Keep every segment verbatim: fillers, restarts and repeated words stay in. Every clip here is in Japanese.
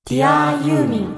ディアユーミン。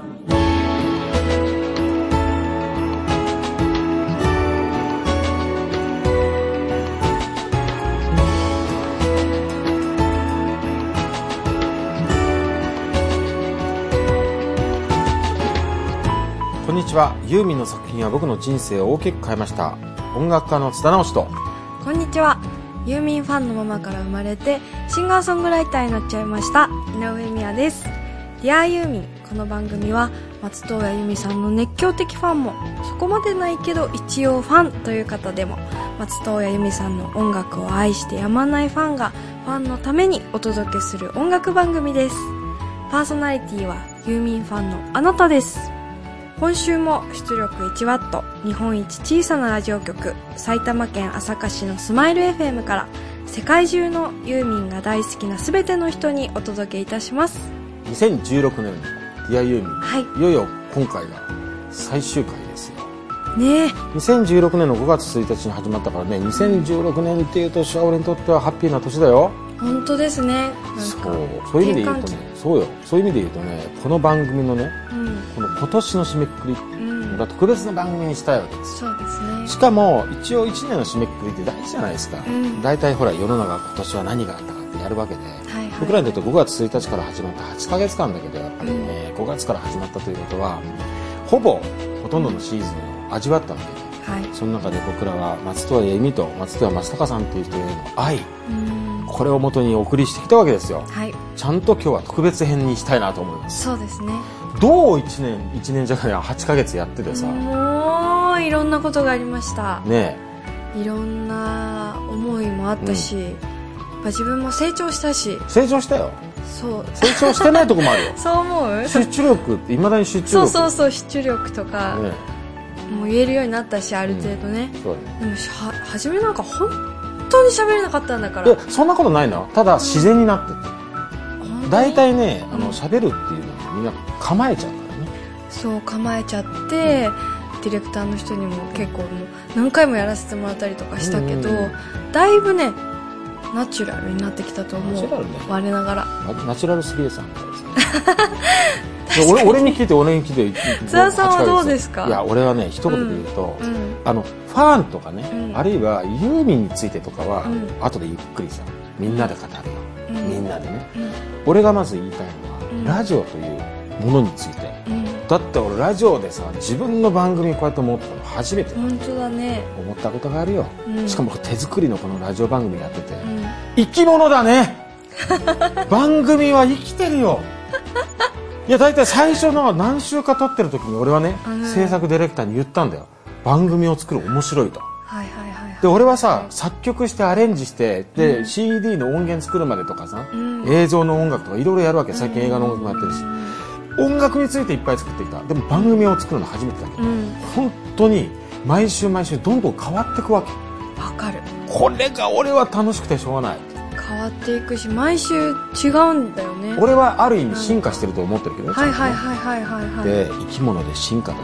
こんにちは。ユーミンの作品は僕の人生を大きく変えました。音楽家の津田直人と。 こんにちは。ユーミンファンのママから生まれてシンガーソングライターになっちゃいました井上美也です。ディアユーミン。この番組は松任谷由実さんの熱狂的ファンも、そこまでないけど一応ファンという方でも、松任谷由実さんの音楽を愛してやまないファンがファンのためにお届けする音楽番組です。パーソナリティはユーミンファンのあなたです。今週も出力いちワット、日本一小さなラジオ局、埼玉県朝霞市のスマイル エフエム から世界中のユーミンが大好きなすべての人にお届けいたします。 にせんじゅうろくねんのディアユーミン、 はい、 いよいよ今回が最終回ですよね。えにせんじゅうろくねんのごがつついたちに始まったからね、にせんじゅうろくねんっていう年は俺にとってはハッピーな年だよ。 本当ですね。なんかそうそういう意味で言うとね、そうよ、そういう意味で言うとね、この番組のね、うん、この今年の締めくくり、うん、特別な番組にしたいわけですよ。 そうですね。 しかも一応いちねんの締めくくりって大事じゃないですか。大体、うん、ほら世の中今年は何があったかってやるわけで、はいはい、僕らにとってごがつついたちから始まったはちかげつかんだけど、やっぱりね、うん、ごがつから始まったということはほぼほとんどのシーズンを味わったわけで、はい、その中で僕らは松任谷由実と松任谷正隆さんという人への愛、うんこれを元にお送りしてきたわけですよ、はい、ちゃんと今日は特別編にしたいなと思います。 そうですね。 どういちねんいちねんじゃないはちかげつやっててさ、 もういろんなことがありましたね。 いろんな思いもあったし、うん、やっぱ自分も成長したし。 成長したよ。 そう成長してないとこもあるよそう思う。 集中力っていまだに集中力、 そうそうそう、集中力とか、ね、もう言えるようになったし、ある程度ね、うん、そうね。でもは初めなんか本当に喋れなかったんだから。 そんなことないの。ただ自然になってて、うん、大体ね、あの喋るっていうのはみんな構えちゃうからね。 そう構えちゃって、うん、ディレクターの人にも結構もう何回もやらせてもらったりとかしたけど、うんうん、だいぶねナチュラルになってきたと思う。ナチュラルね。我ながらナチュラルすぎるさんです俺, 俺に聞いて俺に聞いて津田さんはどうですか。 いや俺はね一言で言うと、うんうん、あのファンとかね、うん、あるいはユーミンについてとかは、うん、後でゆっくりさみんなで語るよ、うん、みんなでね、うん、俺がまず言いたいのは、うん、ラジオというものについて、うん、だって俺ラジオでさ自分の番組こうやって思ったの初めて。 本当だね。 思ったことがあるよ、うん、しかも手作りのこのラジオ番組やってて、うん、生き物だね番組は生きてるよいや大体最初の何週か撮ってる時に俺はね、うん、制作ディレクターに言ったんだよ。番組を作る面白いと。はいはいはいはい、で俺はさ、はい、作曲してアレンジしてで、うん、シーディー の音源作るまでとかさ、うん、映像の音楽とかいろいろやるわけ。最近映画の音楽もやってるし、うん、音楽についていっぱい作ってきた。でも番組を作るの初めてだけど、うん、本当に毎週毎週どんどん変わっていくわけ。 わかる。 これが俺は楽しくてしょうがない。 変わっていくし毎週違うんだよね。 俺はある意味進化してると思ってるけどね。 はいはいはいはいはいはい。 で生き物で進化だと、うん、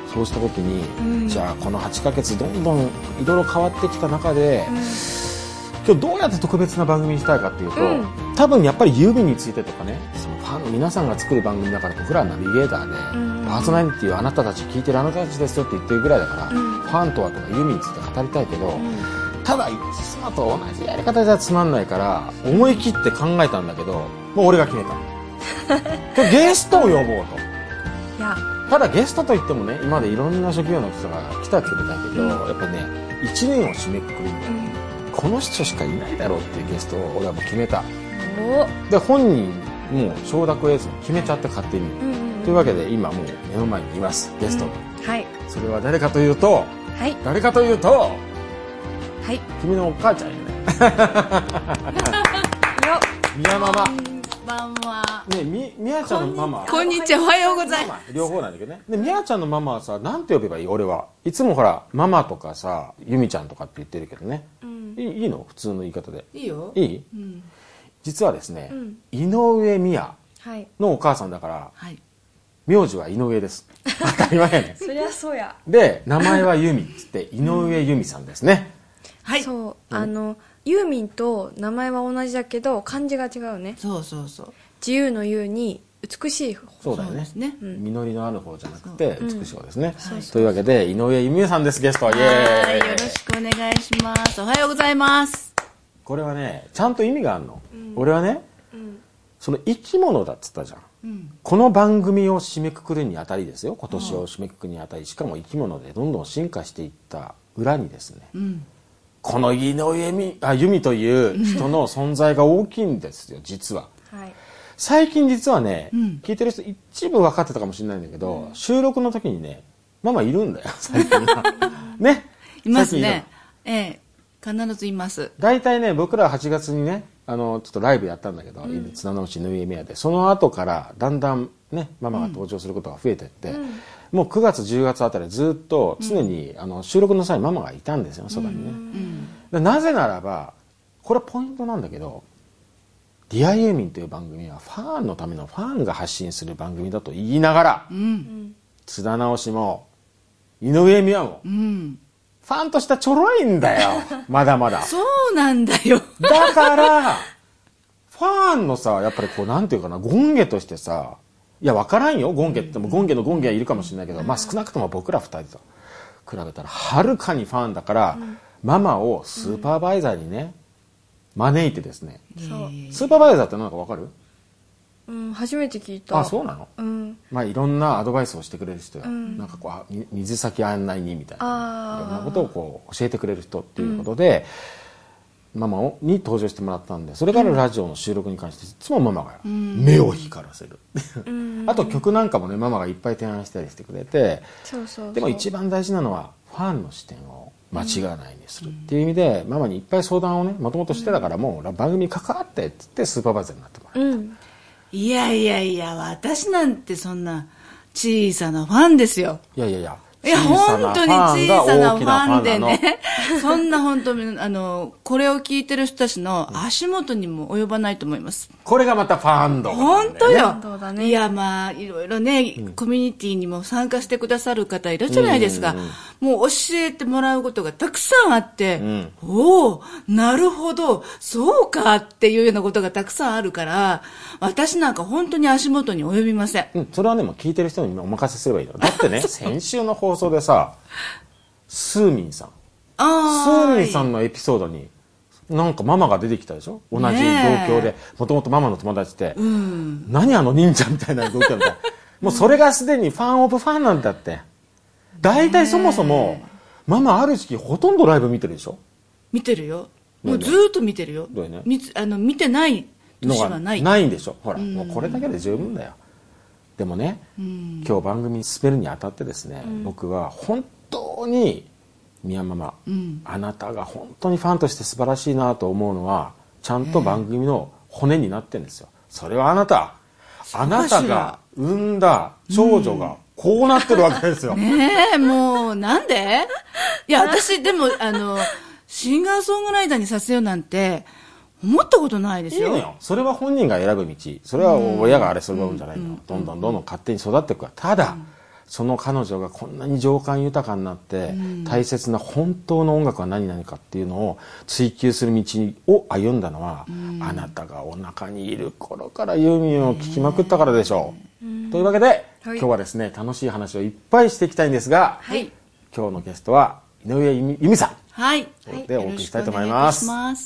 そうした時に、うん、じゃあこのはちかげつどんどんいろいろ変わってきた中で、うん、今日どうやって特別な番組にしたいかっていうと、うん、多分やっぱりユーミンについてとかね、そのファンの皆さんが作る番組だから僕らはナビゲーターで、うん、パーソナリティはあなたたち聞いてるあなたたちですよって言ってるぐらいだから、うん、ファンとはとかユーミンについて語りたいけど、うんただいつもと同じやり方じゃつまんないから思い切って考えたんだけど、もう俺が決めたゲストを呼ぼうと。いやただゲストといってもね、今までいろんな職業の人が来たけれだけど、うん、やっぱねいちねんを締めくくるんだよね、うん、この人しかいないだろうっていうゲストを俺はもう決めた。で本人もう承諾を得ずに決めちゃって勝手に、うんうんうん、というわけで今もう目の前にいますゲスト、うん、はい。それは誰かというと、はい、誰かというとはい、君のお母ちゃんよねみやママ。こんばんは。ねみ、みやちゃんのママ。 こんにちは、おはようございます。 両方なんだけどね。で、みやちゃんのママはさ、なんて呼べばいい？俺は。いつもほら、ママとかさ、ゆみちゃんとかって言ってるけどね。うん、いい、いいの？普通の言い方で。 いいよ。 いい？うん、実はですね、うん、井上美也のお母さんだから、はい、名字は井上です。当たり前やね。 そりゃそうや。 で、名前は由美っつって、井上由美さんですね。 はい、そう、あのユーミンと名前は同じだけど漢字が違うね。 そうそうそう。 自由の由に美しい方。 そうだよね。 ですね。 実りのある方じゃなくて美しい方ですね。というわけで井上由美さんです、ゲスト。イエーイ。 はい、よろしくお願いします。おはようございます。 これはね、ちゃんと意味があるの。うん、俺はね、うん、その生き物だっつったじゃん。うん、この番組を締めくくるにあたりですよ。今年を締めくくるにあたり、しかも生き物でどんどん進化していった裏にですね、うん、この井上由美という人の存在が大きいんですよ、実は。はい、最近実はね、うん、聞いてる人一部分かってたかもしれないんだけど、うん、収録の時にね、ママいるんだよ、最近は。ね。 いますね。ええ、必ずいます。 大体ね、僕らははちがつにね、あの、ちょっとライブやったんだけど、うん、綱直し井上美也で、その後からだんだんね、ママが登場することが増えてって、うん、もうくがつ、じゅうがつあたりずっと常に、うん、あの収録の際ママがいたんですよ、そばにね。うん、なぜならば、これポイントなんだけど、ディアユーミンという番組はファンのためのファンが発信する番組だと言いながら、うん、津田直しも井上美也も、うん、ファンとしてはちょろいんだよ。まだまだ。 そうなんだよ。 だから、ファンのさ、やっぱりこう、なんていうかな、ゴンゲとしてさ、いや、わからんよ、ゴンゲって言っても、ゴンゲのゴンゲはいるかもしれないけど、まあ少なくとも僕ら二人と比べたら、はるかにファンだから、うん、ママをスーパーバイザーにね、招いてですね。スーパーバイザーって何かわかる？ うん、初めて聞いた。 あ、そうなの？うん。まあいろんなアドバイスをしてくれる人や、うん、なんかこう、水先案内人みたいな、いろんなことをこう教えてくれる人っていうことで、うん、ママに登場してもらったんで、それからラジオの収録に関していつもママが目を光らせる。うん、あと曲なんかもね、ママがいっぱい提案したりしてくれて、 そうそうそう、 でも一番大事なのはファンの視点を間違わないようにするっていう意味で、うん、ママにいっぱい相談をね、もともとしてたから、もう番組に関わってって言ってスーパーバイザーになってもらった。うん、 いやいやいや、私なんてそんな小さなファンですよ。 いやいやいや。 いや、本当に小さなファンでね。そんな本当に、あの、これを聞いてる人たちの足元にも及ばないと思います。 これがまたファンド、ね。 本当よ。ね、いや、まあ、いろいろね、うん、コミュニティにも参加してくださる方いるじゃないですか。うんうんうん、もう教えてもらうことがたくさんあって、うん、おお、なるほど、そうかっていうようなことがたくさんあるから、私なんか本当に足元に及びません。 うん、それはね、もう聞いてる人にお任せすればいいの。だってね、先週の放送でさ、スーミンさん。あスーミンさんのエピソードに、なんかママが出てきたでしょ、同じ同郷で、もともとママの友達で、うん、何あの忍者みたいな同郷みたいな。もうそれがすでにファンオブファンなんだって。大体そもそも、ママある時期ほとんどライブ見てるでしょ。 見てるよ。もうずーっと見てるよ。どうね、みあの見てない年はない。 ないんでしょ。ほら、うん、もうこれだけで十分だよ。でもね、うん、今日番組進めるにあたってですね、うん、僕は本当に宮ママ、うん、あなたが本当にファンとして素晴らしいなと思うのはちゃんと番組の骨になってるんですよ。それはあなたあなたが産んだ長女がこうなってるわけですよ。 うん、ねえ、もうなんで？いや、私でもあのシンガーソングライターにさせようなんて思ったことないですよ。 いいのよ。それは本人が選ぶ道。それは親があれそれはうんじゃないの、うん、どんどんどんどん勝手に育っていくから。ただ、うん、その彼女がこんなに情感豊かになって、うん、大切な本当の音楽は何々かっていうのを追求する道を歩んだのは、うん、あなたがお腹にいる頃からユーミンを聴きまくったからでしょう。うん、というわけで、はい、今日はですね、楽しい話をいっぱいしていきたいんですが、はい、今日のゲストは井上由美さん、 はい、 でお送りしたいと思います。 よろしくお願いします。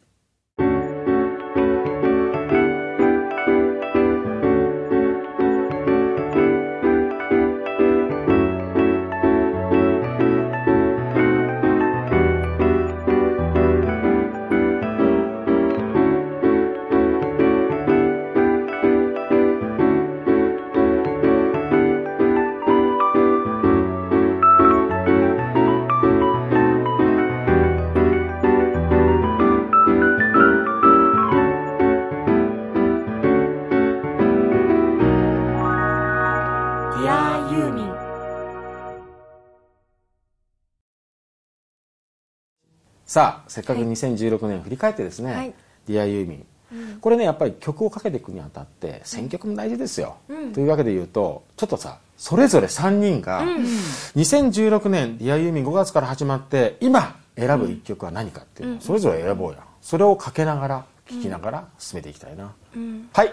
さあ、せっかくにせんじゅうろくねん振り返ってですね、はい、ディアユーミン、うん、これねやっぱり曲をかけていくにあたって選曲も大事ですよ、うん、というわけで言うとちょっとさそれぞれさんにんが、うん、にせんじゅうろくねんディアユーミンごがつから始まって今選ぶいっきょくは何かっていうのをそれぞれ選ぼうや。それをかけながら聴きながら進めていきたいな、うん、はい、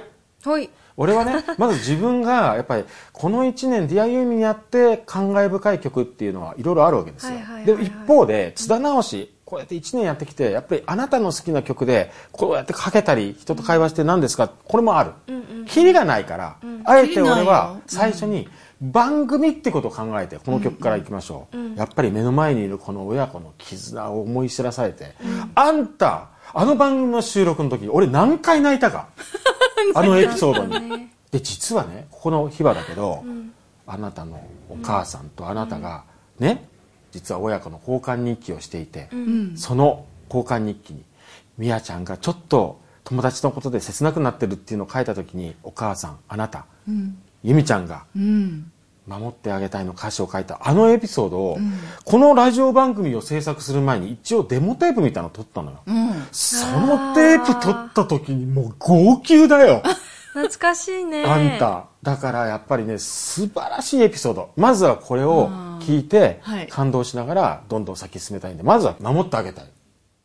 はい。 俺はね、まず自分がやっぱりこのいちねんディアユーミンやって感慨深い曲っていうのはいろいろあるわけですよ。でも一方で津田直しこうやっていちねんやってきてやっぱりあなたの好きな曲でこうやってかけたり人と会話して何ですかこれもある。キリがないから、うん、あえて俺は最初に番組ってことを考えてこの曲からいきましょう、うんうん、やっぱり目の前にいるこの親子の絆を思い知らされて、うん、あんたあの番組の収録の時俺何回泣いたかあのエピソードにで実はねここの秘話だけど、うん、あなたのお母さんとあなたがね実は親子の交換日記をしていて、うん、その交換日記にみやちゃんがちょっと友達のことで切なくなってるっていうのを書いた時にお母さんあなた、うん、由美ちゃんが守ってあげたいの歌詞を書いたあのエピソードを、うん、このラジオ番組を制作する前に一応デモテープみたいなのを撮ったのよ、うん、そのテープ撮った時にもう号泣だよ懐かしいねあんただからやっぱりね素晴らしいエピソードまずはこれを聞いて感動しながらどんどん先進めたいんでまずは守ってあげたい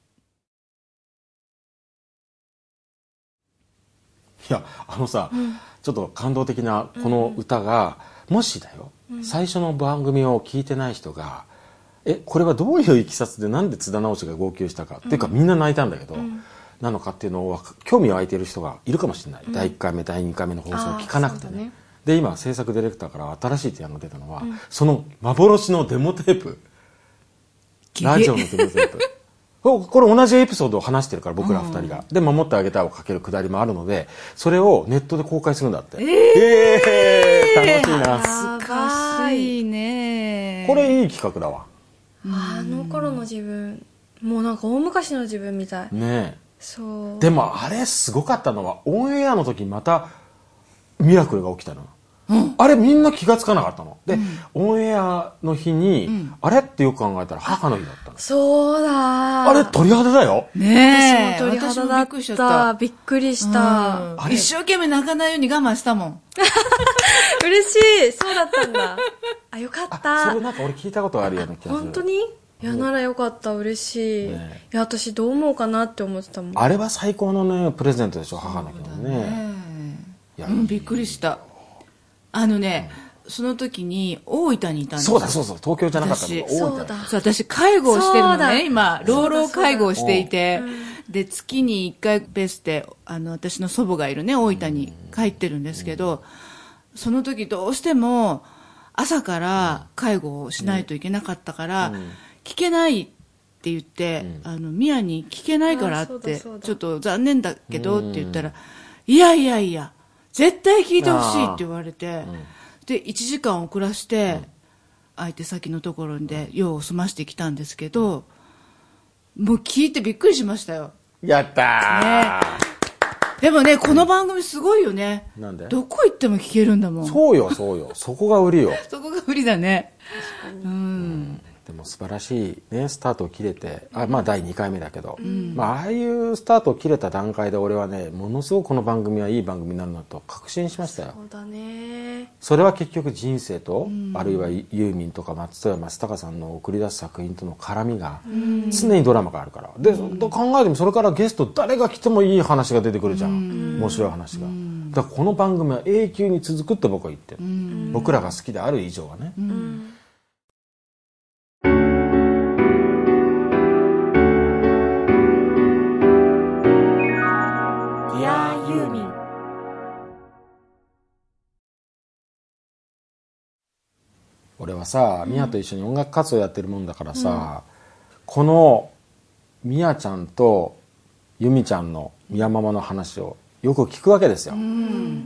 いやあのさ、うん、ちょっと感動的なこの歌が、うん、もしだよ、うん、最初の番組を聞いてない人がえこれはどういういきさつでなんで津田直しが号泣したか、うん、っていうかみんな泣いたんだけど、うん、なのかっていうのを興味湧いている人がいるかもしれない、うん、だいいっかいめだいにかいめの放送を聞かなくて ね, ねで今制作ディレクターから新しい提案が出たのは、うん、その幻のデモテープラジオのデモテープこれ同じエピソードを話してるから僕らふたりが、うん、で守ってあげたいをかけるくだりもあるのでそれをネットで公開するんだってえー、えー、楽しいな懐かしいねこれいい企画だわあの頃の自分もうなんか大昔の自分みたいねえそうでもあれすごかったのはオンエアの時またミラクルが起きたの、うん、あれみんな気がつかなかったので、うん、オンエアの日に、うん、あれってよく考えたら母の日だったのそうだあれ鳥肌だよねえ私も鳥肌だったびっくりした、 うん、一生懸命泣かないように我慢したもん嬉しいそうだったんだあよかったそれなんか俺聞いたことあるような気がする本当にいやならよかった嬉しい、ね、いや私どう思うかなって思ってたもんあれは最高のねプレゼントでしょ母の日の ね, ねいや、うん、びっくりしたあのね、うん、その時に大分にいたんですそうだそうそう東京じゃなかったの大分そうだそう私介護をしてるのね今老老介護をしていて、うん、で月にいっかいベースであの私の祖母がいるね大分に帰ってるんですけど、うん、その時どうしても朝から介護をしないといけなかったから、うん、聞けないって言って、うん、あのミヤに聞けないからってちょっと残念だけどって言ったら、いやいやいや絶対聞いてほしいって言われて、うん、でいちじかん遅らして、うん、相手先のところで用を済ましてきたんですけど、もう聞いてびっくりしましたよ。 やったー、ね、 でもねこの番組すごいよね。 なんでどこ行っても聞けるんだもん。 そうよそうよそこが売りよそこが売りだね。うん、うんでも素晴らしい、ね、スタートを切れてあ、まあ、だいにかいめだけど、うんまあ、ああいうスタートを切れた段階で俺はねものすごくこの番組はいい番組になるなと確信しましたよ。 そうだねそれは結局人生と、うん、あるいはユーミンとか松任谷正隆さんの送り出す作品との絡みが、うん、常にドラマがあるからで、うん、考えてもそれからゲスト誰が来てもいい話が出てくるじゃん、うん、面白い話が、うん、だからこの番組は永久に続くって僕は言ってる、うん、僕らが好きである以上はね、うん俺はさミヤと一緒に音楽活動やってるもんだからさ、うん、このミヤちゃんとユミちゃんのミヤママの話をよく聞くわけですよ、うん、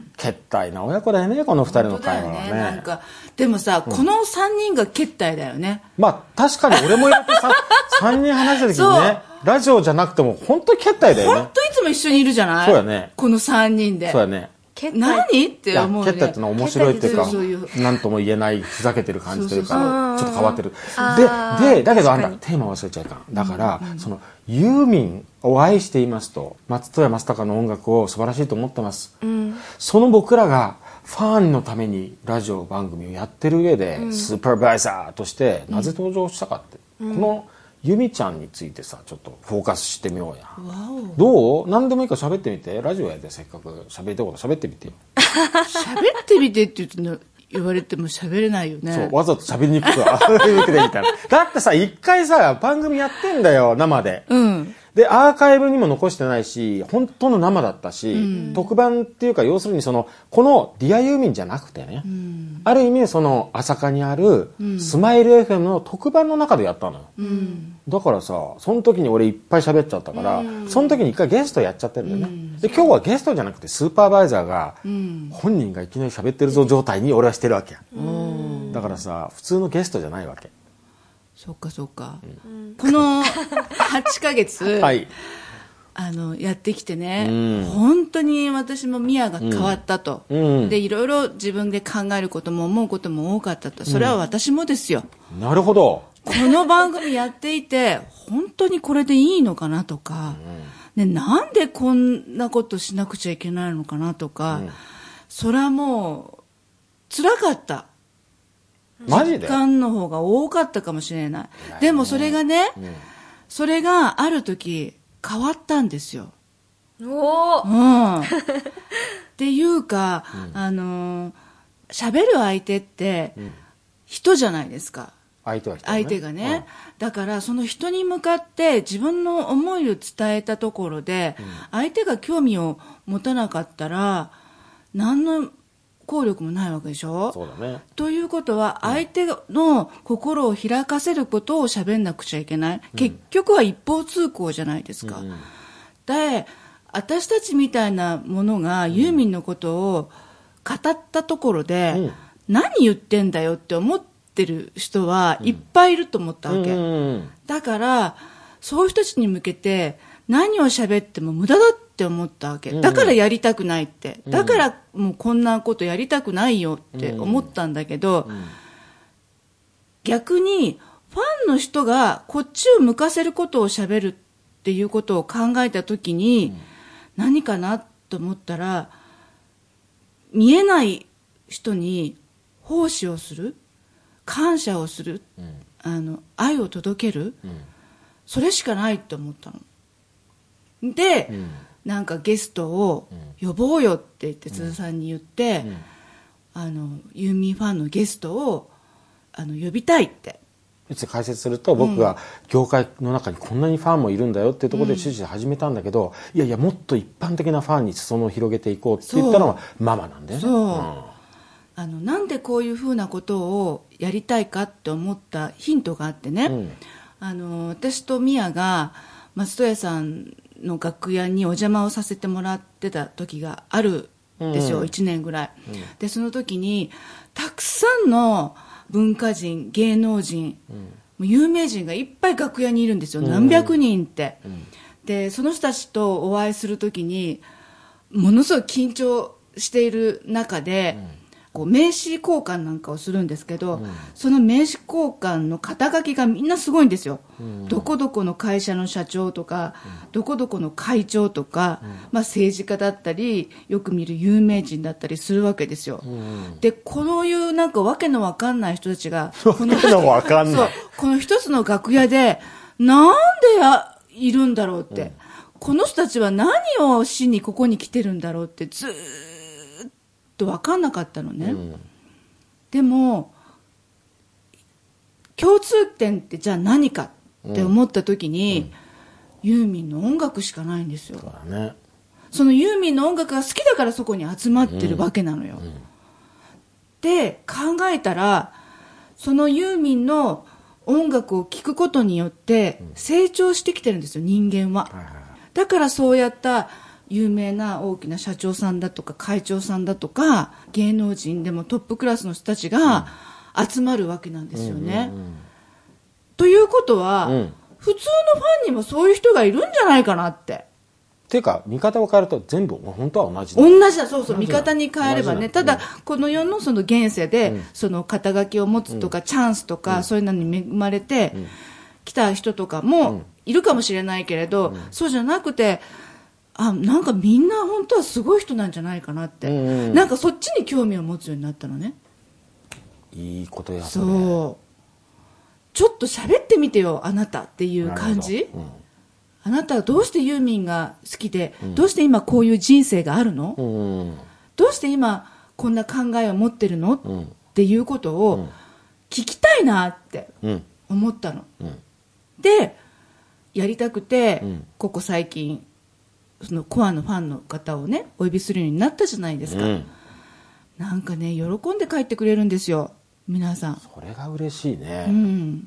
けったいな親子だよねこのふたりの会話は ね, ねなんかでもさ、うん、このさんにんがけったいだよね。 まあ確かに俺もやってささんにん話した時にねラジオじゃなくても本当にけったいだよね。 本当いつも一緒にいるじゃない。 そうやねこのさんにんで。 そうやね何って思うね。 ケッタってのは面白いっていうか何とも言えないふざけてる感じというかちょっと変わってるででだけどあんたテーマ忘れちゃいかんだから、うんうん、そのユーミンを愛していますと松任谷正隆の音楽を素晴らしいと思ってます、うん、その僕らがファンのためにラジオ番組をやってる上で、うん、スーパーバイザーとしてなぜ登場したかって、うん、この由美ちゃんについてさちょっとフォーカスしてみようや。どう？何でもいいから喋ってみて。ラジオやでせっかく喋りたいこと喋ってみてよ。 喋ってみてって言うと言われても喋れないよね。 そうわざと喋りにくくはみたいな。だってさ一回さ番組やってんだよ生で。うん。でアーカイブにも残してないし本当の生だったし、うん、特番っていうか要するにそのこのディアユーミンじゃなくてね、うん、ある意味その朝霞にあるスマイル エフエム の特番の中でやったのよ、うん、だからさその時に俺いっぱい喋っちゃったから、うん、その時に一回ゲストやっちゃってるんだよね、うん、で今日はゲストじゃなくてスーパーバイザーが、うん、本人がいきなり喋ってるぞ状態に俺はしてるわけや、うん、だからさ普通のゲストじゃないわけ。 そっかそっか、うん、このはちかげつ、はい、あのやってきてね、うん、本当に私もミアが変わったと、うん、でいろいろ自分で考えることも思うことも多かったと。それは私もですよ、 うん、なるほど。 この番組やっていて本当にこれでいいのかなとか、うん、ね、なんでこんなことしなくちゃいけないのかなとか、うん、それはもう辛かった。 マジで？ 時間の方が多かったかもしれない。でもそれがね、うん、それがある時変わったんですよ。 おー、 うん、っていうか、うん、あの喋る相手って人じゃないですか。 相手は人、 ね、相手がね、うん、だからその人に向かって自分の思いを伝えたところで、うん、相手が興味を持たなかったら何の効力もないわけでしょ。 そうだね。 ということは相手の心を開かせることを喋んなくちゃいけない、うん、結局は一方通行じゃないですか、うん、で私たちみたいなものがユーミンのことを語ったところで、うん、何言ってんだよって思ってる人はいっぱいいると思ったわけ、うん、だからそういう人たちに向けて何を喋っても無駄だって思ったわけ。だからやりたくないって、うん、だからもうこんなことやりたくないよって思ったんだけど、うんうん、逆にファンの人がこっちを向かせることを喋るっていうことを考えた時に、うん、何かなと思ったら見えない人に奉仕をする、感謝をする、うん、あの愛を届ける、うん、それしかないと思ったので、うん、なんかゲストを呼ぼうよって言って鈴さんに言って、うんうん、あのユーミンファンのゲストをあの呼びたいって。 解説すると僕が業界の中にこんなにファンもいるんだよっていうところで趣旨で始めたんだけど、うん、いやいやもっと一般的なファンに裾野を広げていこうって言ったのはママなんだよね。そう、うん、 あのなんでこういうふうなことをやりたいかって思ったヒントがあってね、うん、あの私とミヤが松任谷さんの楽屋にお邪魔をさせてもらってた時があるんですよ、うん、いちねんぐらい、うん、でその時にたくさんの文化人、芸能人、うん、有名人がいっぱい楽屋にいるんですよ、うん、何百人って、うん、でその人たちとお会いする時にものすごい緊張している中で、うんこう名刺交換なんかをするんですけど、うん、その名刺交換の肩書きがみんなすごいんですよ、うん、どこどこの会社の社長とか、うん、どこどこの会長とか、うんまあ、政治家だったりよく見る有名人だったりするわけですよ、うん、でこういうなんかわけのわかんない人たちがこののわかんないそうこの一つの楽屋でなんでやいるんだろうって、うん、この人たちは何をしにここに来てるんだろうってずーっと分かんなかったのね、うん、でも共通点ってじゃあ何かって思った時に、うん、ユーミンの音楽しかないんですよ。 そうだね。 そのユーミンの音楽が好きだからそこに集まってるわけなのよ、うんうん、で考えたらそのユーミンの音楽を聴くことによって成長してきてるんですよ人間は、うん、だからそうやった有名な大きな社長さんだとか会長さんだとか芸能人でもトップクラスの人たちが集まるわけなんですよね、うんうんうん、ということは、うん、普通のファンにもそういう人がいるんじゃないかなってっていうか見方を変えると全部本当は同じだ同じだそうそう見方に変えればねただ、うん、この世のその現世で、うん、その肩書きを持つとか、うん、チャンスとか、うん、そういうのに恵まれて、うん、来た人とかもいるかもしれないけれど、うん、そうじゃなくてあなんかみんな本当はすごい人なんじゃないかなって、うんうん、なんかそっちに興味を持つようになったのね。 いいことやそれそうちょっと喋ってみてよあなたっていう感じ、うん、あなたはどうしてユーミンが好きで、うん、どうして今こういう人生があるの、うん、どうして今こんな考えを持ってるの、うん、っていうことを聞きたいなって思ったの、うん、でやりたくて、うん、ここ最近そのコアのファンの方をねお呼びするようになったじゃないですか、うん、なんかね喜んで帰ってくれるんですよ皆さん。 それが嬉しいね、 うん、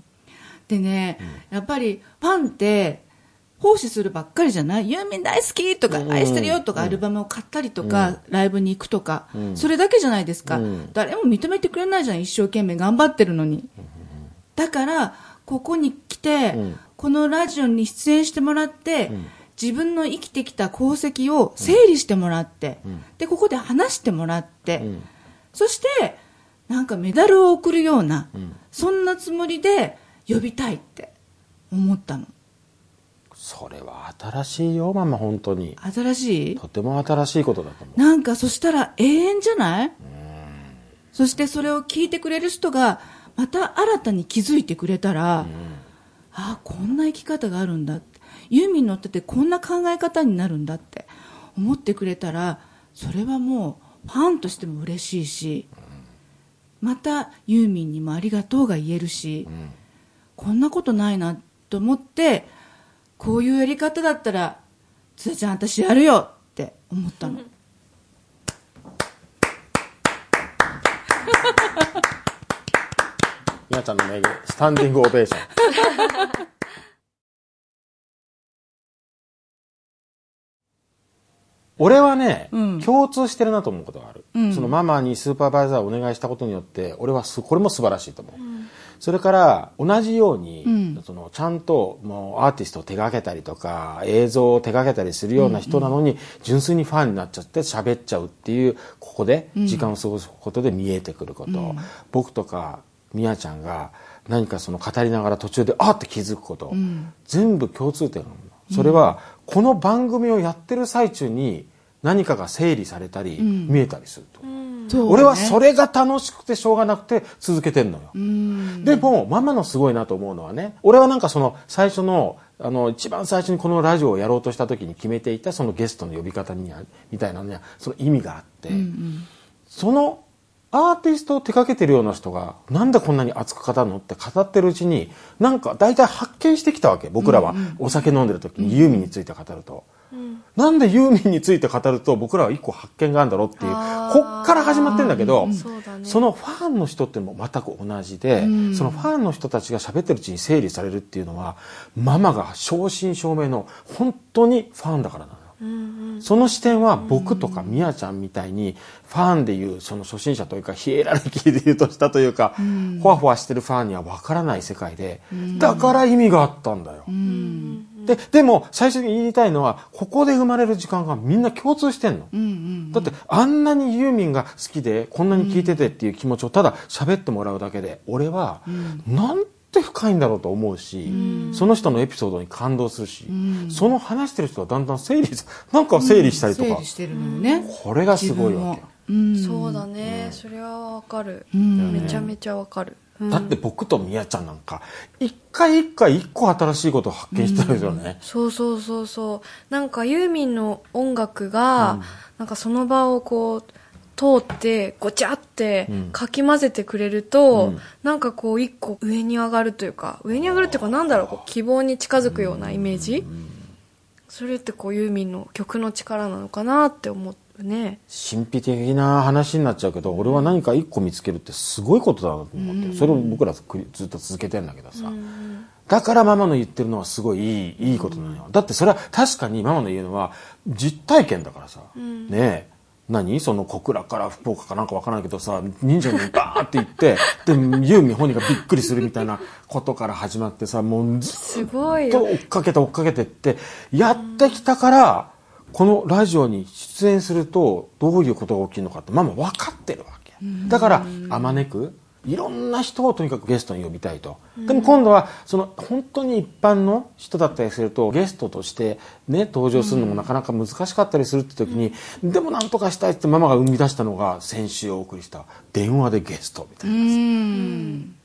でね、うん、やっぱりファンって奉仕するばっかりじゃない。ユーミン大好きとか、うん、愛してるよとか、うん、アルバムを買ったりとか、うん、ライブに行くとか、うん、それだけじゃないですか、うん、誰も認めてくれないじゃん一生懸命頑張ってるのに、うん、だからここに来て、うん、このラジオに出演してもらって、うん、自分の生きてきた功績を整理してもらって、うん、でここで話してもらって、うん、そしてなんかメダルを贈るような、うん、そんなつもりで呼びたいって思ったの。 それは新しいよママ。本当に新しい、 とても新しいことだと思う。 なんかそしたら永遠じゃない？うん、そしてそれを聞いてくれる人がまた新たに気づいてくれたら、うん、ああこんな生き方があるんだって、ユーミンのっててこんな考え方になるんだって思ってくれたら、それはもうファンとしても嬉しいし、うん、またユーミンにもありがとうが言えるし、うん、こんなことないなと思って、こういうやり方だったら津田ちゃん私やるよって思ったの。 みなちゃんの名言スタンディングオベーション。俺はね、うん、共通してるなと思うことがある、うん、そのママにスーパーバイザーをお願いしたことによって俺はすこれも素晴らしいと思う、うん、それから同じように、うん、そのちゃんともうアーティストを手掛けたりとか映像を手掛けたりするような人なのに、うんうん、純粋にファンになっちゃって喋っちゃうっていう、ここで時間を過ごすことで見えてくること、うん、僕とかみやちゃんが何かその語りながら途中であーって気づくこと、うん、全部共通点があるの。それはこの番組をやってる最中に何かが整理されたり、うん、見えたりすると、うん、俺はそれが楽しくてしょうがなくて続けてんのよ、うん、でもママのすごいなと思うのはね、俺はなんかその最初のあの一番最初にこのラジオをやろうとした時に決めていたそのゲストの呼び方にはみたいなのにはその意味があって、うんうん、そのアーティストを手掛けてるような人がなんでこんなに熱く語るのって語ってるうちになんか大体発見してきたわけ。僕らはお酒飲んでる時にユーミンについて語ると、うんうん、なんでユーミンについて語ると僕らは一個発見があるんだろうっていう、こっから始まってんだけど、うん、そ, ね、そのファンの人っても全く同じで、うん、そのファンの人たちが喋ってるうちに整理されるっていうのはママが正真正銘の本当にファンだからなの。うんうん、その視点は僕とかみやちゃんみたいにファンでいうその初心者というかヒエラルキーでいうとしたというか、うん、ほわほわしてるファンには分からない世界で、うん、だから意味があったんだよ、うん、で, でも最初に言いたいのはここで生まれる時間がみんな共通してんの、うんうんうん、だってあんなにユーミンが好きでこんなに聴いててっていう気持ちをただ喋ってもらうだけで俺は、うん、なんって深いんだろうと思うし、うん、その人のエピソードに感動するし、うん、その話してる人はだんだん整理なんか整理したりとか、うん、整理してるのよね、これがすごいわけ、 うん、そうだね、うん、それはわかる、うん、めちゃめちゃわかる、うん、 だって僕とみやちゃんなんか一回一回一個新しいことを発見してるんですよね、うん、 そうそうそうそう、なんかユーミンの音楽が、うん、なんかその場をこう通ってごちゃってかき混ぜてくれると、うん、なんかこう一個上に上がるというか上に上がるっていうかなんだろう、こう希望に近づくようなイメージ、うん、それってこうユーミンの曲の力なのかなって思うね。 神秘的な話になっちゃうけど俺は何か一個見つけるってすごいことだなと思って、うん、それを僕らずっと続けてるんだけどさ、うん、だからママの言ってるのはすごいいい、いいことなのよ、うん、だってそれは確かにママの言うのは実体験だからさ、うん、ねえ何その小倉から福岡かなんかわからないけどさ忍者にバーって行ってでユーミン本人がびっくりするみたいなことから始まってさ、もうずっと追っかけて追っかけてってやってきたから、このラジオに出演するとどういうことが起きるのかってママ分かってるわけだから、あまねくいろんな人をとにかくゲストに呼びたいと。でも今度はその本当に一般の人だったりするとゲストとしてね登場するのもなかなか難しかったりするって時に、うん、でもなんとかしたいってママが生み出したのが先週お送りした電話でゲストみたいな、うん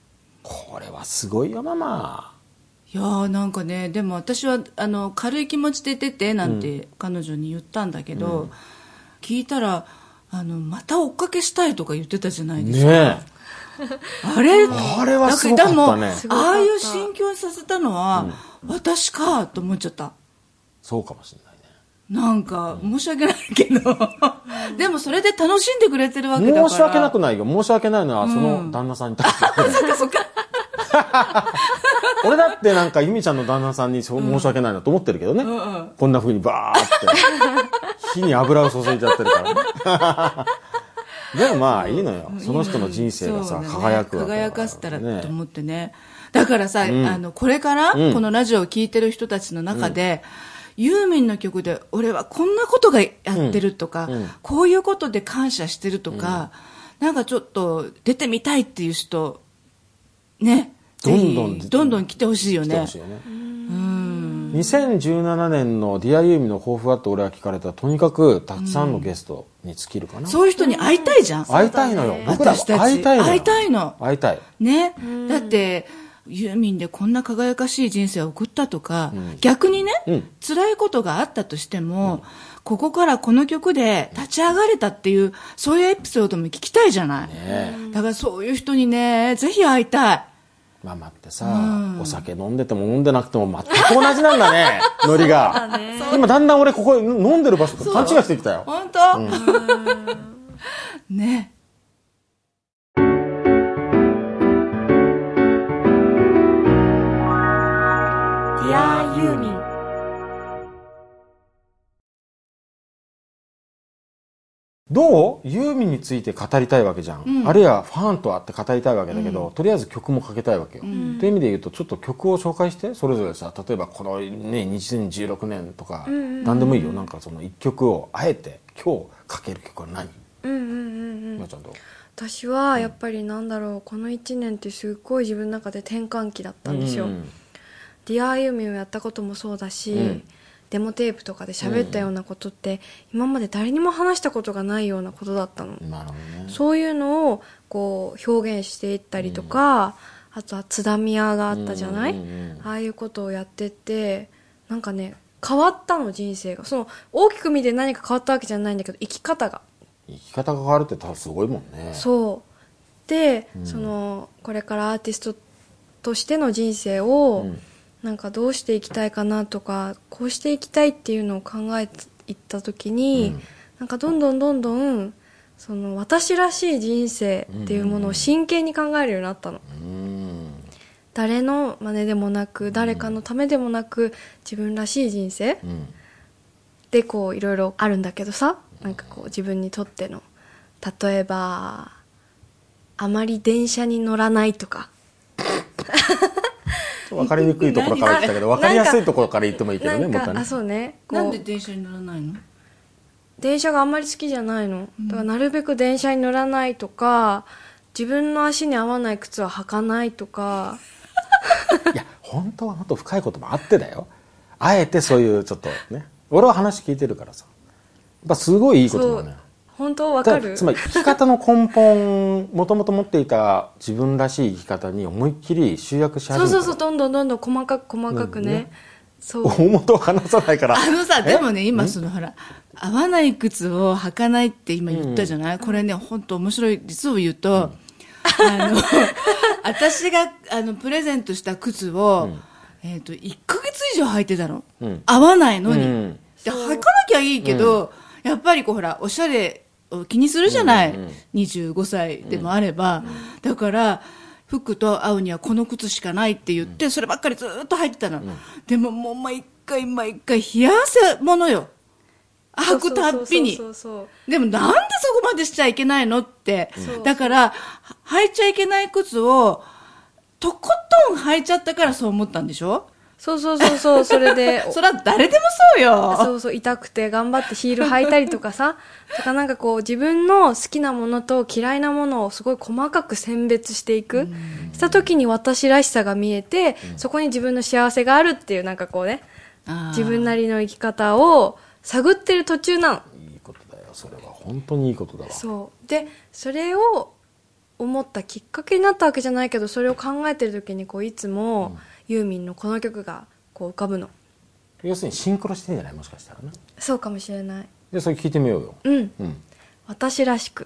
これはすごいよママ。 いやーなんかね、でも私はあの軽い気持ちで出てなんて彼女に言ったんだけど、うん、聞いたらあのまた追っかけしたいとか言ってたじゃないですか。ねあれあれはすごかったね。 でもああいう心境にさせたのは、うん、私かと思っちゃった。 そうかもしれないね。 なんか申し訳ないけど、うん、でもそれで楽しんでくれてるわけだから。 申し訳なくないよ。申し訳ないのはその旦那さんに対して、うん、そっかそっか俺だってなんか由美ちゃんの旦那さんに申し訳ないなと思ってるけどね、うんうん、こんな風にバーって火に油を注いじゃってるからねでもまあいいのよ、その人の人生がさ、ね、輝くわけだから、ね、輝かせたらと思ってね。だからさ、うん、あのこれからこのラジオを聴いてる人たちの中で、うん、ユーミンの曲で俺はこんなことがやってるとか、うん、こういうことで感謝してるとか、うん、なんかちょっと出てみたいっていう人ね、 どんどんどんどん来てほしいよね。来てほしいよね。 にせんじゅうななねんのディアユーミンの抱負はって俺は聞かれたら、とにかくたくさんのゲストに尽きるかな、うん、 そういう人に会いたいじゃん。 会いたいのよ。僕ら会いたいのよ。 会いたいの。 会いたい。 ね。だってユーミンでこんな輝かしい人生を送ったとか、うん、逆にね、うん、辛いことがあったとしても、うん、ここからこの曲で立ち上がれたっていう、そういうエピソードも聞きたいじゃない、ね、だからそういう人にねぜひ会いたい。 ママってさ、うん、お酒飲んでても飲んでなくても全く同じなんだねノリがね。今だんだん俺ここ飲んでる場所と勘違いしてきたよ。 本当、うん、ね。 Dear ユーミン。 どうユーミンについて語りたいわけじゃん、うん、あるいはファンと会って語りたいわけだけど、うん、とりあえず曲もかけたいわけよ、うん、という意味で言うとちょっと曲を紹介してそれぞれさ、例えばこのねにせんじゅうろくねんとか、うんうんうん、何でもいいよ。なんかその一曲をあえて今日かける曲は何？ うんうんうんうん。ちゃんと私はやっぱりなんだろう、このいちねんってすっごい自分の中で転換期だったんですよ、うんうん、ディアユーミンをやったこともそうだし、うんデモテープとかで喋ったようなことって、うん、今まで誰にも話したことがないようなことだったの。 なるほどね。 そういうのをこう表現していったりとか、うん、あとは津田宮があったじゃない、うんうんうん、ああいうことをやってってなんかね変わったの、人生が。その大きく見て何か変わったわけじゃないんだけど、生き方が生き方が変わるって多分すごいもんね。 そうで、うん、そのこれからアーティストとしての人生を、うんなんかどうしていきたいかなとか、こうしていきたいっていうのを考えていった時に、うん、なんかどんどんどんどんその私らしい人生っていうものを真剣に考えるようになったの、うん、誰の真似でもなく誰かのためでもなく自分らしい人生、うん、でこういろいろあるんだけどさ、なんかこう自分にとっての、例えばあまり電車に乗らないとか分かりにくいところから言ったけど分かりやすいところから言ってもいいけどね。 なんかあそうね。 なんで電車に乗らないの？ 電車があんまり好きじゃないの。だからなるべく電車に乗らないとか、自分の足に合わない靴は履かないとか。 いや本当はもっと深いこともあってだよ。あえてそういうちょっとね。俺は話聞いてるからさ。やっぱすごいいいことだね。 本当わかる？ つまり生き方の根本もともと持っていた自分らしい生き方に思いっきり集約し始めた。 そうそうそう、どんどんどんどん細かく細かくね、ね、 そう大元を話さないから。 あのさでもね今そのほら合わない靴を履かないって今言ったじゃない、うん、これね本当面白い。実を言うと、うん、あの私があのプレゼントした靴を、うんえー、といっかげつ以上履いてたの、うん、合わないのに、うん、で履かなきゃいいけど、うん、やっぱりこうほらおしゃれ気にするじゃない、うんうん、にじゅうごさいでもあれば、うんうん、だから服と合うにはこの靴しかないって言って、うん、そればっかりずっと履いてたの、うん、でももう毎回毎回冷や汗ものよ、履くたっぴに。でもなんでそこまでしちゃいけないのって、うん、だから履いちゃいけない靴をとことん履いちゃったからそう思ったんでしょ。 そうそうそうそう、それでそれは誰でもそうよ。 そうそう、痛くて頑張ってヒール履いたりとかさとか、なんかこう自分の好きなものと嫌いなものをすごい細かく選別していくした時に私らしさが見えて、そこに自分の幸せがあるっていう、なんかこうね、自分なりの生き方を探ってる途中なの。 いいことだよ、それは本当にいいことだわ。 そうで、それを思ったきっかけになったわけじゃないけど、それを考えてる時にこういつも、うん、ユーミンのこの曲がこう浮かぶの。 要するにシンクロしてんじゃない、もしかしたらね。 そうかもしれない。 でそれ聞いてみようよ。 うん、うん、私らしく。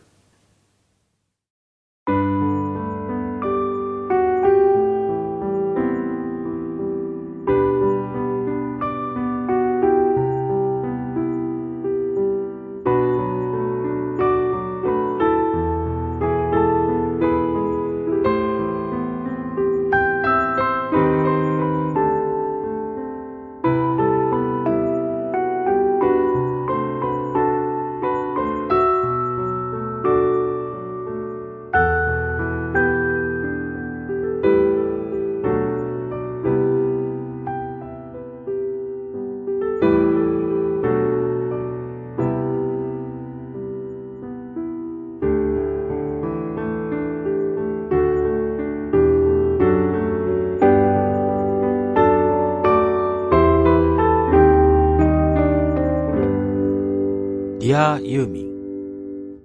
ディアユーミン。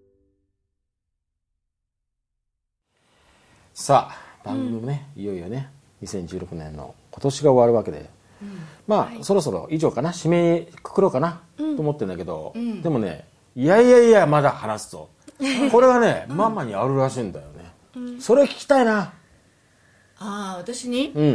さあ番組もね、うん、いよいよねにせんじゅうろくねんの今年が終わるわけで、うん、まあ、はい、そろそろ以上かな、締めくくろうかな、うん、と思ってるんだけど、うん、でもね、いやいやいやまだ話すとこれがね、うん、ママにあるらしいんだよね、うん、それ聞きたいな。 ああ、私に、 うん、うん 、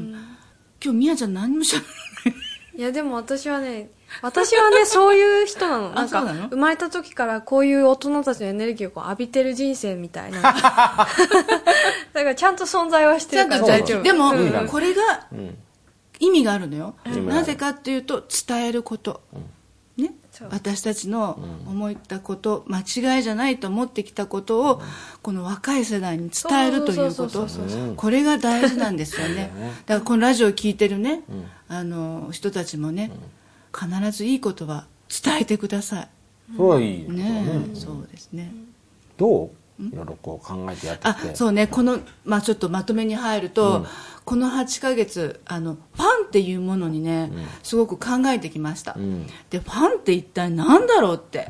今日みやちゃん何もしゃべらない。 いやでも私はね、私はねそういう人なの。なんか生まれた時からこういう大人たちのエネルギーをこう浴びてる人生みたいなだからちゃんと存在はしてるから大丈夫。 でも、うん、これが意味があるのよ、うん、なぜかっていうと伝えること、うん、ね、私たちの思ったこと、間違いじゃないと思ってきたことを、うん、この若い世代に伝えるということ、これが大事なんですよね。だからこのラジオを聞いてるね、うん、あの人たちもね、うん、必ずいいことは伝えてください。 それはいいよね。 ね、そうですね。 どういろいろこう考えてやってきて。 あ、そうね、この、まあ、ちょっとまとめに入ると、うん、このはちかげつあのファンっていうものにね、うん、すごく考えてきました、うん、でファンって一体何だろうって、うん、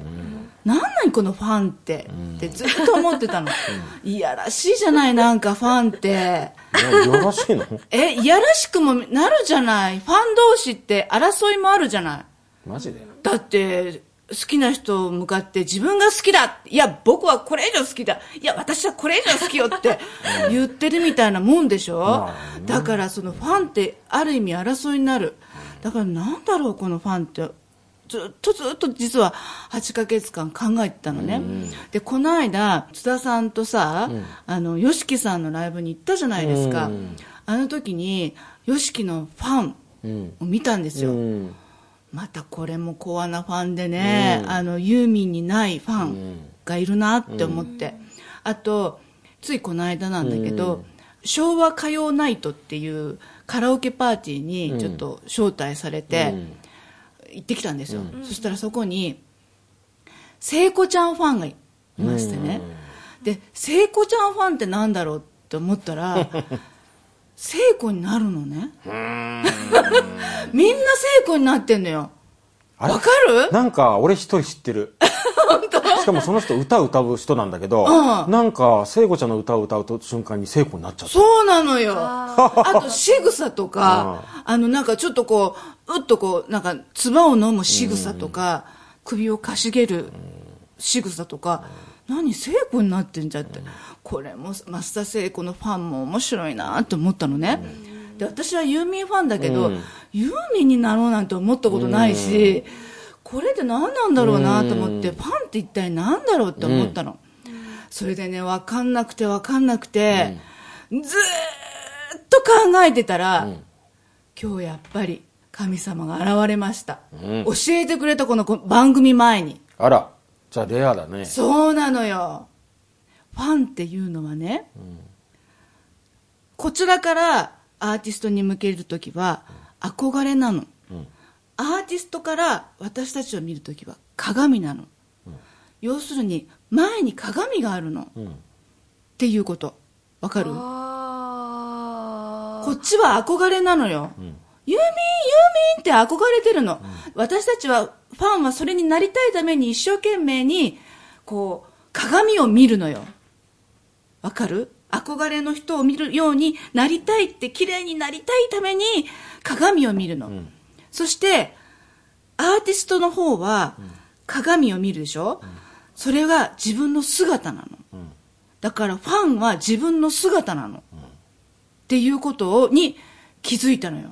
何なんこのファンって、うん、ってずっと思ってたの、うん、いやらしいじゃない、なんかファンっていや、 いやらしいのえ、いやらしくもなるじゃない。ファン同士って争いもあるじゃない。 マジで。 だって好きな人向かって自分が好きだ、いや僕はこれ以上好きだ、いや私はこれ以上好きよって言ってるみたいなもんでしょ、うん、だからそのファンってある意味争いになる。だからなんだろうこのファンって、ずっとずっと実ははちかげつかん考えてたのね、うん、でこの間津田さんとさ、うん、あのヨシキさんのライブに行ったじゃないですか、うん、あの時にヨシキのファンを見たんですよ、うん、またこれもコアなファンでね、うん、あのユーミンにないファンがいるなって思って、うん、あとついこの間なんだけど、うん、昭和歌謡ナイトっていうカラオケパーティーにちょっと招待されて行ってきたんですよ、うん、そしたらそこに聖子ちゃんファンがいましてね、うん、で聖子ちゃんファンってなんだろうって思ったら聖子になるのね。うーんみんな聖子になってんのよ。わかる？ なんか俺一人知ってる本当？しかもその人歌歌う人なんだけど、うん、なんか聖子ちゃんの歌を歌う瞬間に聖子になっちゃった。 そうなのよ。あ, あと仕草とか、あ, あのなんかちょっとこううっとこうなんか唾を飲む仕草とか、首をかしげる仕草とか、何聖子になってんじゃって、うん、これも増田聖子のファンも面白いなって思ったのね、うん、で私はユーミンファンだけど、うん、ユーミンになろうなんて思ったことないし、うん、これって何なんだろうなと思って、うん、ファンって一体何だろうって思ったの、うん、それでね分かんなくて分かんなくて、うん、ずーっと考えてたら、うん、今日やっぱり神様が現れました、うん、教えてくれたこの番組前に。 あら、じゃあレアだね。 そうなのよ。ファンっていうのはね、うん、こちらからアーティストに向けるときは憧れなの、うん、アーティストから私たちを見るときは鏡なの、うん、要するに前に鏡があるの、うん、っていうことわかる？あ、こっちは憧れなのよ、うん、ユーミンユーミンって憧れてるの、うん、私たちはファンはそれになりたいために一生懸命にこう鏡を見るのよ。 わかる？憧れの人を見るようになりたいって、綺麗になりたいために鏡を見るの。うん、そして、アーティストの方は鏡を見るでしょ、うん、それが自分の姿なの。うん、だからファンは自分の姿なの。うん、っていうことに気づいたのよ。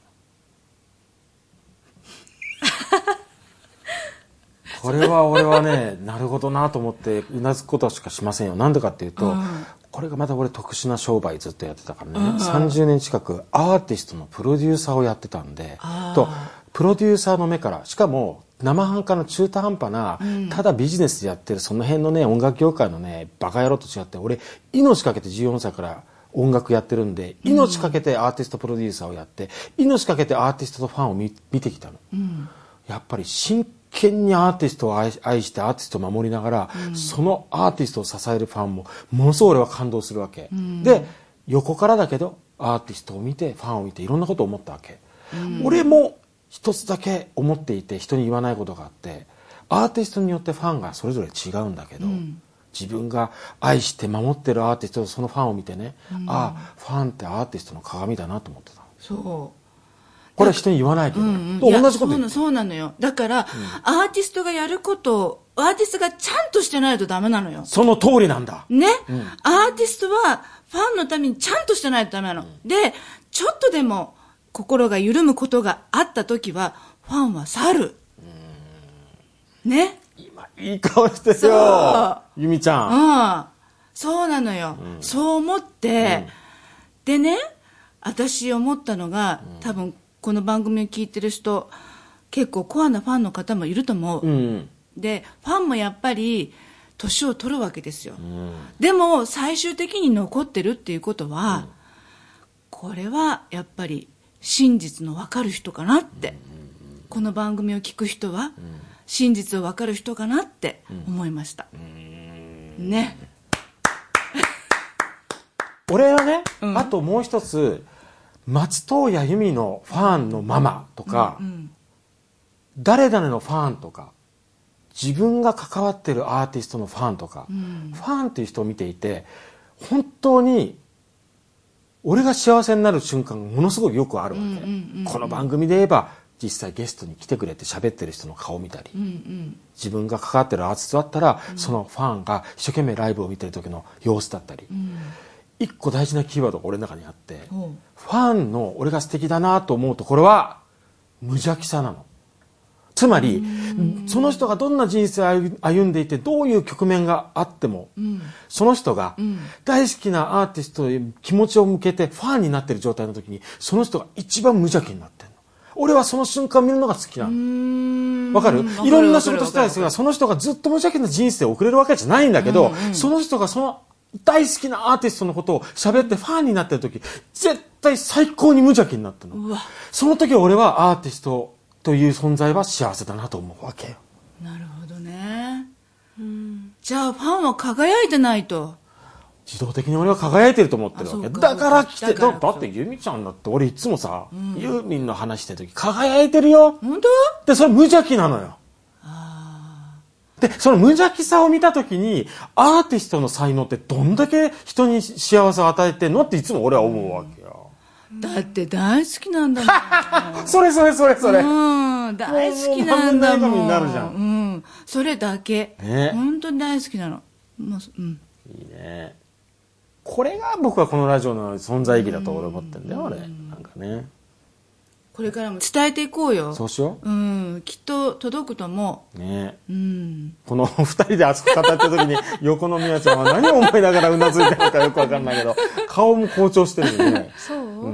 これは俺はね、なるほどなと思ってうなずくことしかしませんよ。なんでかっていうと、うん、これがまた俺特殊な商売ずっとやってたからね、うん、さんじゅうねん近くアーティストのプロデューサーをやってたんで、とプロデューサーの目から、しかも生半可の中途半端な、うん、ただビジネスでやってるその辺のね、音楽業界のね、バカ野郎と違って、俺命かけてじゅうよんさいから音楽やってるんで、命かけてアーティストプロデューサーをやって、命かけてアーティストとファンを 見, 見てきたの、うん、やっぱり真剣にアーティストを 愛, 愛してアーティストを守りながら、うん、そのアーティストを支えるファンもものすごい俺は感動するわけ、うん、で横からだけどアーティストを見てファンを見ていろんなことを思ったわけ、うん、俺も一つだけ思っていて人に言わないことがあって、アーティストによってファンがそれぞれ違うんだけど、うん、自分が愛して守ってるアーティストとそのファンを見てね、うん、ああファンってアーティストの鏡だなと思ってた。 そうこれは人に言わないけど、うんうん、と同じこと言って。 そうなのよ。だから、うん、アーティストがやることを、アーティストがちゃんとしてないとダメなのよ。 その通りなんだ。 ね、うん、アーティストはファンのためにちゃんとしてないとダメなの。うん、で、ちょっとでも心が緩むことがあったときは、ファンは去る。うんね。 今、いい顔してるよ。ゆみちゃん。 うん。そうなのよ。うん、そう思って、うん、でね、私思ったのが、うん、多分、この番組を聞いてる人結構コアなファンの方もいると思う、うん、でファンもやっぱり年を取るわけですよ、うん、でも最終的に残ってるっていうことは、うん、これはやっぱり真実の分かる人かなって、うん、この番組を聞く人は、うん、真実を分かる人かなって思いました、うん、ね俺はね、うん、あともう一つ松任谷由実のファンのママとか、うんうん、誰々のファンとか、自分が関わってるアーティストのファンとか、うん、ファンっていう人を見ていて本当に俺が幸せになる瞬間がものすごくよくあるわけ、うんうんうんうん、この番組で言えば実際ゲストに来てくれて喋ってる人の顔を見たり、うんうん、自分が関わってるアーティストだったら、うん、そのファンが一生懸命ライブを見てる時の様子だったり、うん一個大事なキーワードが俺の中にあって、ファンの俺が素敵だなと思うところは無邪気さなの。つまりその人がどんな人生を歩んでいてどういう局面があっても、うん、その人が大好きなアーティストへ気持ちを向けてファンになっている状態の時にその人が一番無邪気になってるの。俺はその瞬間見るのが好きなの。わかる？いろんな仕事したいですがその人がずっと無邪気な人生を送れるわけじゃないんだけど、うんうん、その人がその大好きなアーティストのことを喋ってファンになってる時絶対最高に無邪気になってるの。その時俺はアーティストという存在は幸せだなと思うわけよ。 なるほどね、うん、じゃあファンは輝いてないと自動的に俺は輝いてると思ってるわけだから来てだ, だってユミちゃんだって俺いつもさ、うん、ユーミンの話してる時輝いてるよ。 本当？ でそれ無邪気なのよ。でその無邪気さを見たときにアーティストの才能ってどんだけ人に幸せを与えてんのっていつも俺は思うわけよ。 だって大好きなんだもんそれそれそれそれ、 うん、大好きなんだもん。 もうになるじゃん、 うん、それだけ、ね、本当に大好きなのもう、うん、 いいね。これが僕はこのラジオの存在意義だと俺思ってんだよ、俺なんかね。 これからも伝えていこうよ。 そうしよう。うん、きっと届くと思う。ねえ。うん。この二人で熱く語ってる時に横の宮ちゃんは何を思いながらうなずいてるかよくわかんないけど、顔も好調してるよね。 そう。 うん。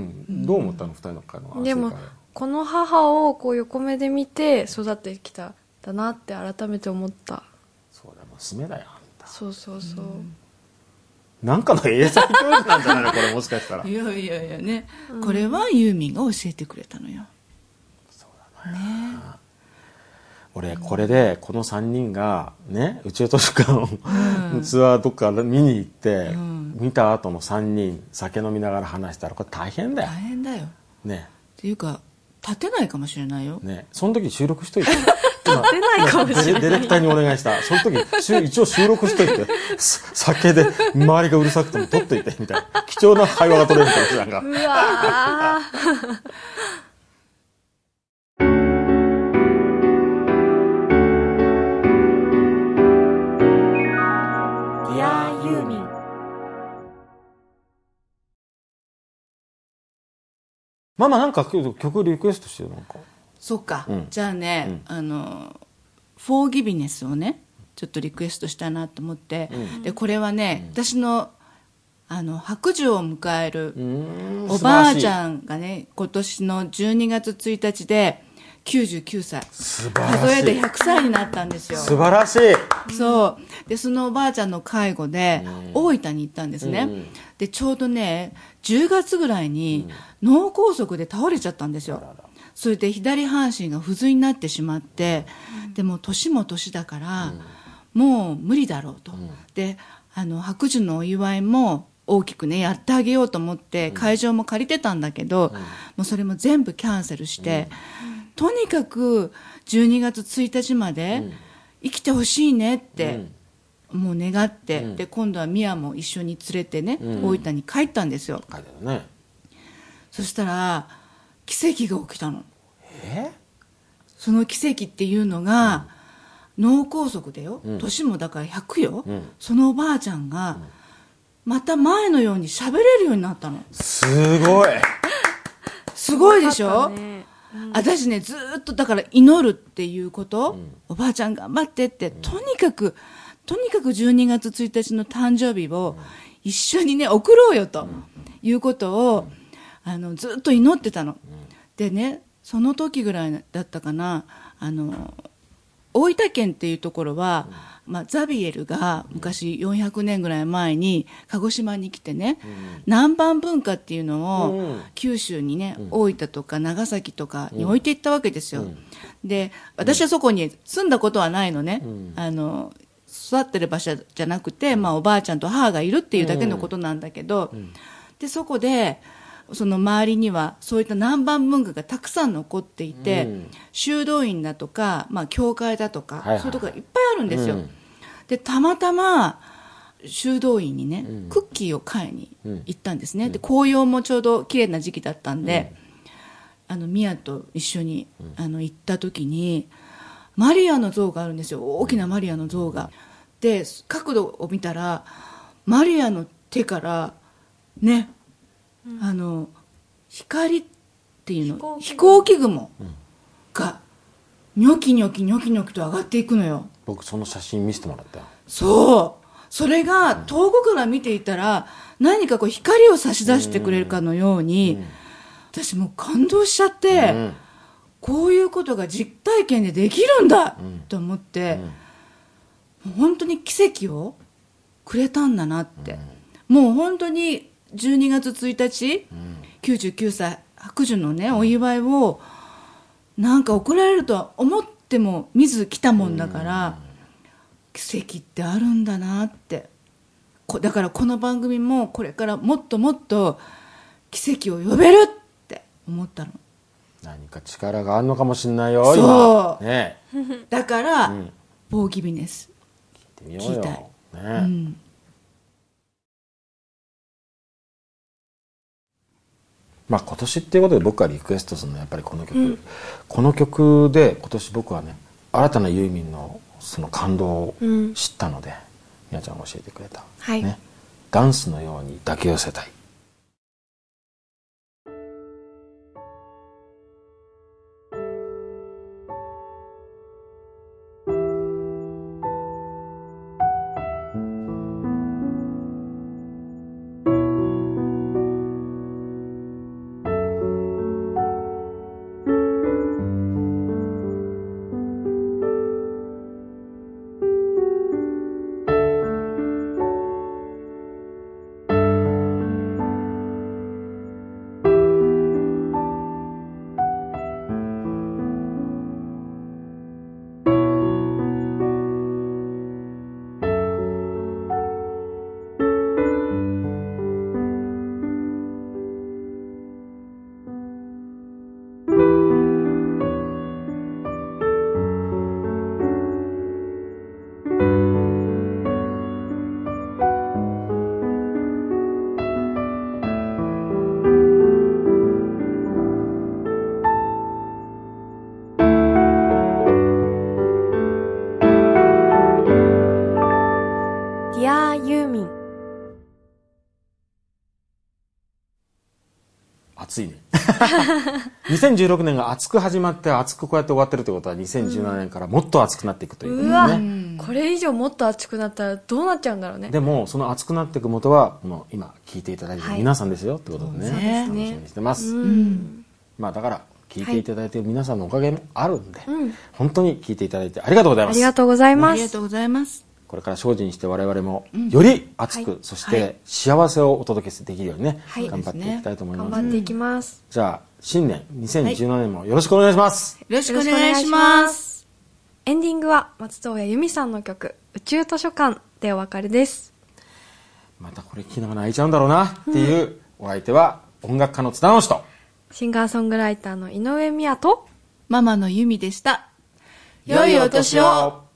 どう思ったの二人の会話。 でもこの母をこう横目で見て育ってきたんだなって改めて思った。 そうだ、娘だよあんた。 そうそうそう。うんなんかの英才教育なんじゃないのこれもしかしたら。 いやいやいやね、うん、これはユーミンが教えてくれたのよ。 そうだね。ね俺これでこのさんにんがね宇宙図書館を、うん、ツアーとか見に行って、うん、見た後のさんにん酒飲みながら話したらこれ大変だよ。 大変だよ。 ね。 っていうか立てないかもしれないよ。 ね。その時収録しといて。 出ないかもしれない。 ディレクターにお願いした。その時、一応収録しといて、酒で周りがうるさくても撮っといて、みたいな。貴重な会話が取れるから、なんか。 うわー。 ママなんか曲リクエストしてるのか。 そっか、うん、じゃあね、うん、あのフォーギビネスをねちょっとリクエストしたいなと思って、うん、でこれはね、うん、私のあの白寿を迎えるおばあちゃんがね今年のじゅうにがつついたちできゅうじゅうきゅうさい、数えでひゃくさいになったんですよ。 素晴らしい。 そうでそのおばあちゃんの介護で大分に行ったんですね、うん、でちょうどねじゅうがつぐらいに脳梗塞で倒れちゃったんですよ、うん、それで左半身が不随になってしまって、うん、でも年も年だから、うん、もう無理だろうと、うん、であの白寿のお祝いも大きくねやってあげようと思って会場も借りてたんだけど、うん、もうそれも全部キャンセルして、うんとにかくじゅうにがつついたちまで生きてほしいねってもう願って、うん、で今度はミヤも一緒に連れてね、うん、大分に帰ったんですよ。 帰ったね。 そしたら奇跡が起きたの。 え？ その奇跡っていうのが、うん、脳梗塞でよ、うん、年もだからひゃくよ、うん、そのおばあちゃんが、うん、また前のように喋れるようになったの。 すごいすごいでしょ、うん、私ねずっとだから祈るっていうこと、うん、おばあちゃん頑張ってって、うん、とにかくとにかくじゅうにがつついたちの誕生日を一緒にね送ろうよということを、うん、あのずっと祈ってたの、うん、でねその時ぐらいだったかな、あの大分県っていうところは、うんまあ、ザビエルが昔よんひゃくねんぐらい前に鹿児島に来てね、うん、南蛮文化っていうのを、うん、九州にね、うん、大分とか長崎とかに置いていったわけですよ、うん、で私はそこに住んだことはないのね、うん、あの育ってる場所じゃなくて、まあ、おばあちゃんと母がいるっていうだけのことなんだけど、うん、でそこでその周りにはそういった南蛮文化がたくさん残っていて、うん、修道院だとか、まあ、教会だとか、はいはい、そういうところがいっぱいあるんですよ、うん、でたまたま修道院にね、うん、クッキーを買いに行ったんですね、うん、で紅葉もちょうど綺麗な時期だったんで、うん、あのミヤと一緒に、うん、あの行った時にマリアの像があるんですよ。大きなマリアの像がで角度を見たらマリアの手からね、うん、あの光っていうの飛行機雲がニョキニョキニョキニョキと上がっていくのよ。 僕その写真見せてもらったよ。 そうそれが遠くから見ていたら何かこう光を差し出してくれるかのように、うんうん、私もう感動しちゃって、うん、こういうことが実体験でできるんだ、うん、と思って、うん、本当に奇跡をくれたんだなって、うん、もう本当にじゅうにがつついたち、うん、きゅうじゅうきゅうさい白寿のねお祝いをなんか送られるとは思っても見ず来たもんだから、うん、奇跡ってあるんだなって。だからこの番組もこれからもっともっと奇跡を呼べるって思ったの。 何か力があるのかもしれないよ。 そう、 ね、 だから、うん、フォーギビネス聞いてみようよ。 聞いたい、 ね、 うん、 まあ今年っていうことで僕がリクエストするのはやっぱりこの曲、うん、この曲で今年僕はね新たなユーミンのその感動を知ったので、うん、みやちゃんが教えてくれた、 はいね、ダンスのように抱き寄せたい。 熱いね。にせんじゅうろくねんが熱く始まって熱くこうやって終わってるってことはにせんじゅうななねんからもっと熱くなっていくということですね。 うわ、これ以上もっと熱くなったらどうなっちゃうんだろうね。 でもその熱くなっていく元はもう今聞いていただいている皆さんですよってことでね、はい、楽しみにしてます。うん、まあだから聞いていただいている皆さんのおかげもあるんで、はい、本当に聞いていただいてありがとうございます。 ありがとうございます。 ありがとうございます。 これから精進して我々もより熱く、うん、そして幸せをお届けできるようにね、はい、頑張っていきたいと思います。 頑張っていきます。 じゃあ新年にせんじゅうななねんもよろしくお願いします。 はい、よろしくお願いします。 エンディングは松任谷由実さんの曲宇宙図書館でお別れです。 またこれ聞きながら泣いちゃうんだろうなっていうお相手は音楽家の津田直しとシンガーソングライターの井上美也とママの由実でした。良いお年を。